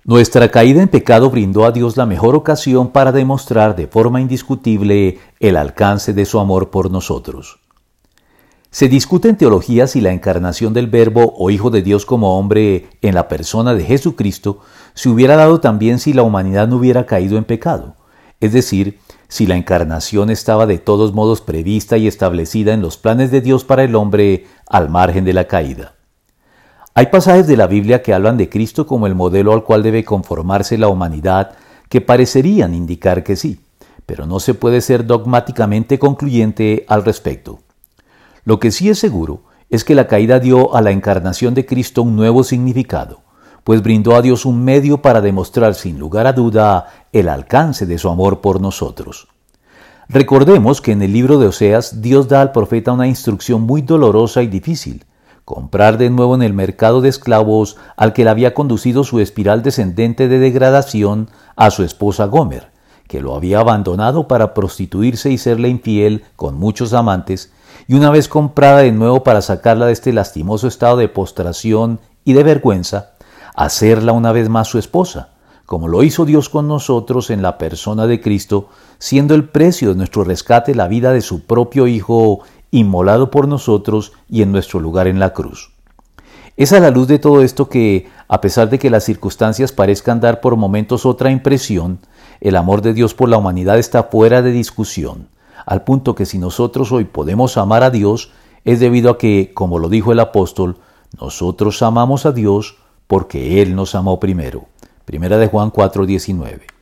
Nuestra caída en pecado brindó a Dios la mejor ocasión para demostrar de forma indiscutible el alcance de su amor por nosotros. Se discute en teología si la encarnación del Verbo o Hijo de Dios como hombre en la persona de Jesucristo se hubiera dado también si la humanidad no hubiera caído en pecado, es decir, si la encarnación estaba de todos modos prevista y establecida en los planes de Dios para el hombre al margen de la caída. Hay pasajes de la Biblia que hablan de Cristo como el modelo al cual debe conformarse la humanidad que parecerían indicar que sí, pero no se puede ser dogmáticamente concluyente al respecto. Lo que sí es seguro es que la caída dio a la encarnación de Cristo un nuevo significado, pues brindó a Dios un medio para demostrar sin lugar a duda el alcance de su amor por nosotros. Recordemos que en el libro de Oseas Dios da al profeta una instrucción muy dolorosa y difícil: comprar de nuevo en el mercado de esclavos al que le había conducido su espiral descendente de degradación a su esposa Gomer, que lo había abandonado para prostituirse y serle infiel con muchos amantes, y una vez comprada de nuevo para sacarla de este lastimoso estado de postración y de vergüenza, hacerla una vez más su esposa, como lo hizo Dios con nosotros en la persona de Cristo, siendo el precio de nuestro rescate la vida de su propio Hijo inmolado por nosotros y en nuestro lugar en la cruz. Es a la luz de todo esto que, a pesar de que las circunstancias parezcan dar por momentos otra impresión, el amor de Dios por la humanidad está fuera de discusión, al punto que si nosotros hoy podemos amar a Dios, es debido a que, como lo dijo el apóstol, nosotros amamos a Dios porque Él nos amó primero. Primera de Juan 4:19.